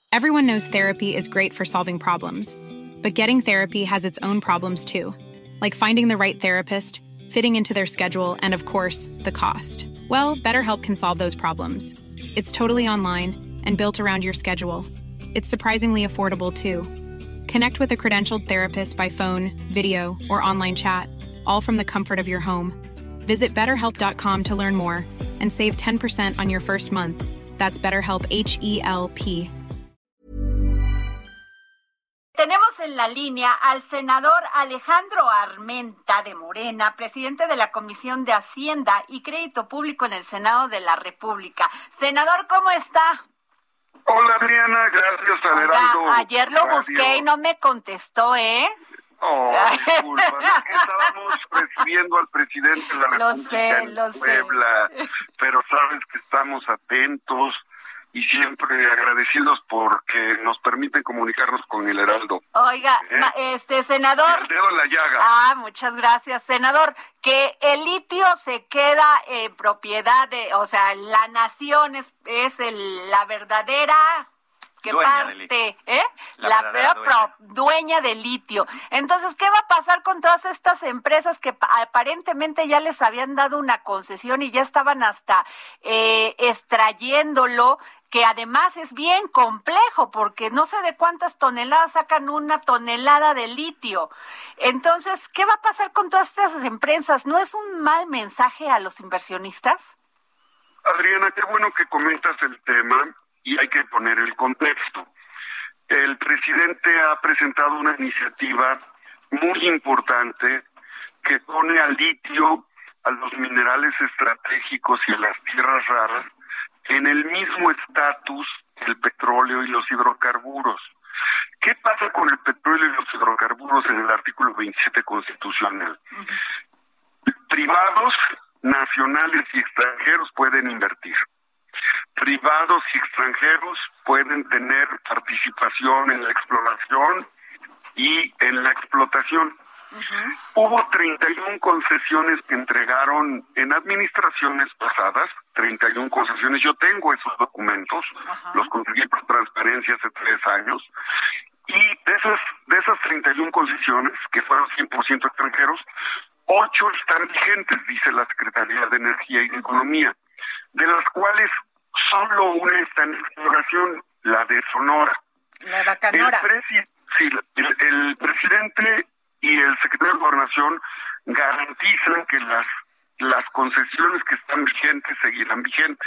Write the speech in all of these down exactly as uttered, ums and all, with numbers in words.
Everyone knows therapy is great for solving problems, but getting therapy has its own problems too, like finding the right therapist, fitting into their schedule, and of course, the cost. Well, BetterHelp can solve those problems. It's totally online and built around your schedule. It's surprisingly affordable too. Connect with a credentialed therapist by phone, video, or online chat, all from the comfort of your home. Visit better help dot com to learn more and save ten percent on your first month. That's BetterHelp, H E L P. Tenemos en la línea al senador Alejandro Armenta de Morena, presidente de la Comisión de Hacienda y Crédito Público en el Senado de la República. Senador, ¿cómo está? Hola, Adriana, gracias, Adelando. Oiga, ayer lo Radio. busqué y no me contestó, ¿eh? Oh, disculpa, es que estábamos recibiendo al presidente de la República lo sé, en lo Puebla, sé. pero sabes que estamos atentos y siempre agradecidos porque nos permiten comunicarnos con el Heraldo. Oiga, ¿Eh? este senador. Y el dedo en la llaga. Ah, muchas gracias, senador. Que el litio se queda en propiedad de, o sea, la nación es, es el, la verdadera que dueña parte, ¿eh? La, la verdadera dueña. dueña. dueña del litio. Entonces, ¿qué va a pasar con todas estas empresas que aparentemente ya les habían dado una concesión y ya estaban hasta eh, extrayéndolo? Que además es bien complejo, porque no sé de cuántas toneladas sacan una tonelada de litio. Entonces, ¿qué va a pasar con todas estas empresas? ¿No es un mal mensaje a los inversionistas? Adriana, qué bueno que comentas el tema y hay que poner el contexto. El presidente ha presentado una iniciativa muy importante que pone al litio, a los minerales estratégicos y a las tierras raras en el mismo estatus el petróleo y los hidrocarburos. ¿Qué pasa con el petróleo y los hidrocarburos en el artículo veintisiete constitucional? Uh-huh. Privados, nacionales y extranjeros pueden invertir. Privados y extranjeros pueden tener participación en la exploración y en la explotación. Uh-huh. Hubo treinta y una concesiones que entregaron en administraciones pasadas, treinta y una concesiones, yo tengo esos documentos, uh-huh. Los conseguí por transparencia hace tres años, y de esas, de esas treinta y una concesiones, que fueron cien por ciento extranjeros, ocho están vigentes, dice la Secretaría de Energía y de uh-huh. Economía, de las cuales solo una está en exploración, la de Sonora. La Bacanora. El, presi- sí, el, el presidente y el secretario de Gobernación garantizan que las las concesiones que están vigentes seguirán vigentes.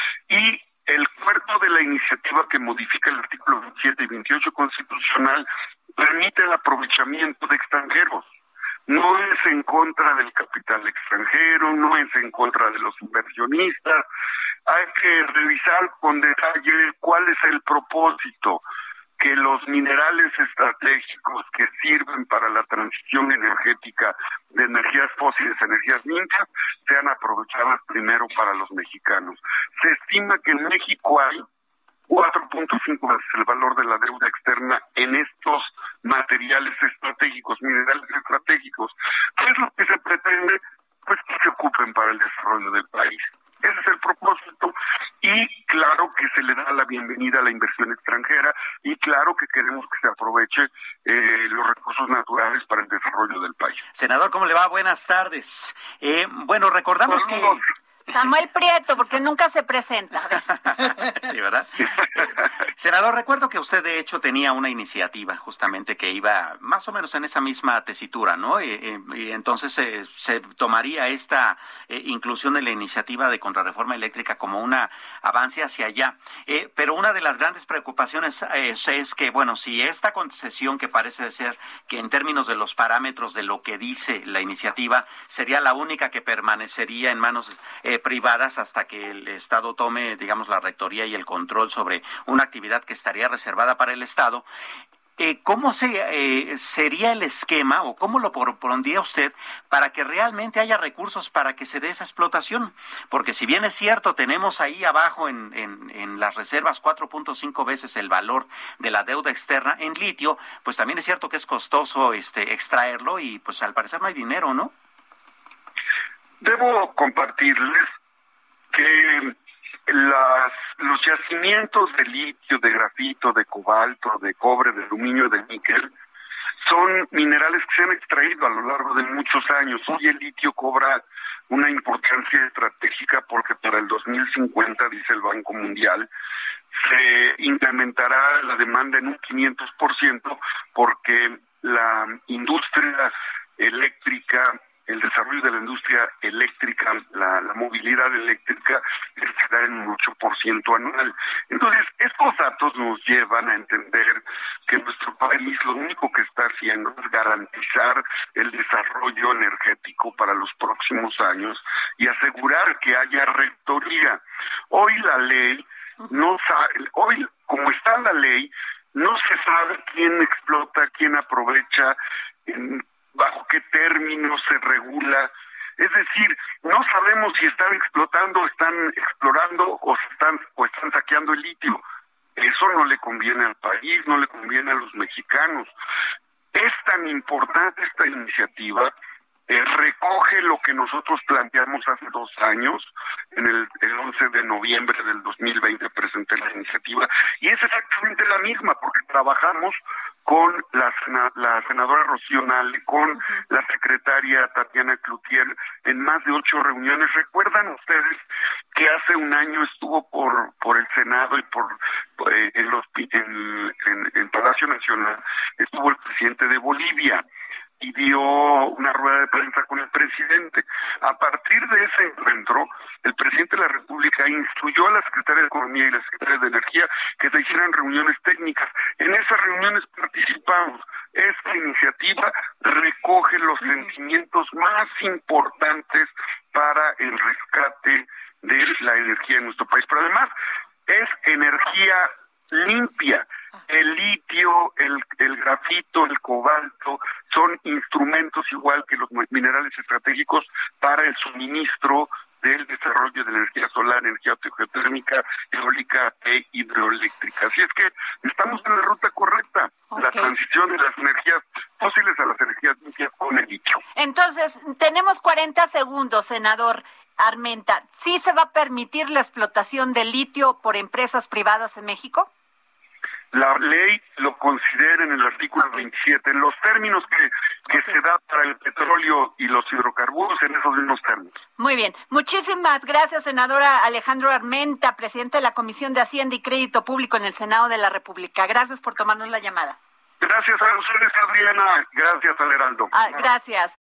Y el cuerpo de la iniciativa que modifica el artículo veintisiete y veintiocho constitucional permite el aprovechamiento de extranjeros. No es en contra del capital extranjero, no es en contra de los inversionistas. Hay que revisar con detalle cuál es el propósito, que los minerales estratégicos que sirven para la transición energética de energías fósiles a energías limpias sean aprovechadas primero para los mexicanos. Se estima que en México hay cuatro punto cinco veces el valor de la deuda externa en estos materiales estratégicos, minerales estratégicos. ¿Qué es lo que se pretende? Pues que se ocupen para el desarrollo del país. Ese es el propósito, y claro que se le da la bienvenida a la inversión extranjera, y claro que queremos que se aproveche eh, los recursos naturales para el desarrollo del país. Senador, ¿cómo le va? Buenas tardes. Eh, bueno, recordamos Saludos. que... Samuel Prieto, porque nunca se presenta. Sí, ¿verdad? Senador, recuerdo que usted de hecho tenía una iniciativa justamente que iba más o menos en esa misma tesitura, ¿no? Y, y, y entonces eh, se tomaría esta eh, inclusión de la iniciativa de contrarreforma eléctrica como un avance hacia allá. Eh, pero una de las grandes preocupaciones eh, es que, bueno, si esta concesión, que parece ser que en términos de los parámetros de lo que dice la iniciativa sería la única que permanecería en manos eh, privadas hasta que el Estado tome, digamos, la rectoría y el control sobre una actividad que estaría reservada para el Estado, eh, ¿cómo se, eh, sería el esquema o cómo lo propondría usted para que realmente haya recursos para que se dé esa explotación? Porque si bien es cierto, tenemos ahí abajo en, en, en las reservas cuatro punto cinco veces el valor de la deuda externa en litio, pues también es cierto que es costoso este extraerlo y pues al parecer no hay dinero, ¿no? Debo compartirles que Las, los yacimientos de litio, de grafito, de cobalto, de cobre, de aluminio, de níquel, son minerales que se han extraído a lo largo de muchos años. Hoy el litio cobra una importancia estratégica porque para el dos mil cincuenta, dice el Banco Mundial, se incrementará la demanda en un quinientos por ciento porque la industria eléctrica, el desarrollo de la industria eléctrica, la, la movilidad eléctrica, estará en un ocho por ciento anual. Entonces, estos datos nos llevan a entender que nuestro país lo único que está haciendo es garantizar el desarrollo energético para los próximos años y asegurar que haya rectoría. Hoy la ley no sabe, hoy como está la ley, no se sabe quién explota, quién aprovecha, en, bajo qué términos se regula. Es decir, no sabemos si están explotando, están explorando o están o están saqueando el litio. Eso no le conviene al país, no le conviene a los mexicanos. Es tan importante esta iniciativa, eh, recoge lo que nosotros planteamos hace dos años, en el, el once de noviembre del dos mil veinte presenté la iniciativa, y es exactamente la misma, porque trabajamos con la, la senadora Rocío Nale, con uh-huh. la secretaria Tatiana Cloutier, en más de ocho reuniones. ¿Recuerdan ustedes que hace un año estuvo por por el Senado y por eh, en, los, en, en, en Palacio Nacional, estuvo el presidente de Bolivia y dio una rueda de prensa con el presidente? A partir de ese encuentro, el presidente de la República instruyó a la Secretaría de Economía y la Secretaría de Energía que se hicieran reuniones técnicas. En esas reuniones participamos. Esta iniciativa recoge los uh-huh. sentimientos más importantes para el rescate de la energía en nuestro país. Pero además, es energía limpia. El litio, el, el grafito, el cobalto son instrumentos igual que los minerales estratégicos para el suministro del desarrollo de energía solar, energía geotérmica, eólica e hidroeléctrica. Así es que estamos en la ruta correcta, okay. La transición de las energías fósiles a las energías limpias con el litio. Entonces, tenemos cuarenta segundos, senador Armenta. ¿Sí se va a permitir la explotación del litio por empresas privadas en México? La ley lo considera en el artículo okay. veintisiete, en los términos que, que okay. se da para el petróleo y los hidrocarburos, en esos mismos términos. Muy bien. Muchísimas gracias, senadora Alejandro Armenta, presidente de la Comisión de Hacienda y Crédito Público en el Senado de la República. Gracias por tomarnos la llamada. Gracias a ustedes, Adriana. Gracias al Heraldo. Ah, gracias.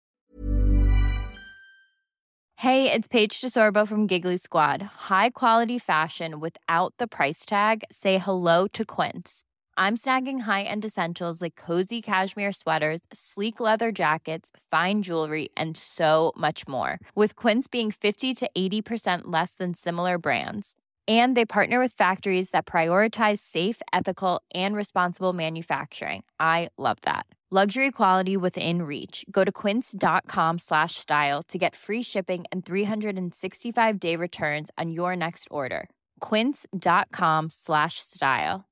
Hey, it's Paige DeSorbo from Giggly Squad. High quality fashion without the price tag. Say hello to Quince. I'm snagging high-end essentials like cozy cashmere sweaters, sleek leather jackets, fine jewelry, and so much more. With Quince being fifty to eighty percent less than similar brands. And they partner with factories that prioritize safe, ethical, and responsible manufacturing. I love that. Luxury quality within reach. Go to quince.com slash style to get free shipping and three sixty-five day returns on your next order. Quince.com slash style.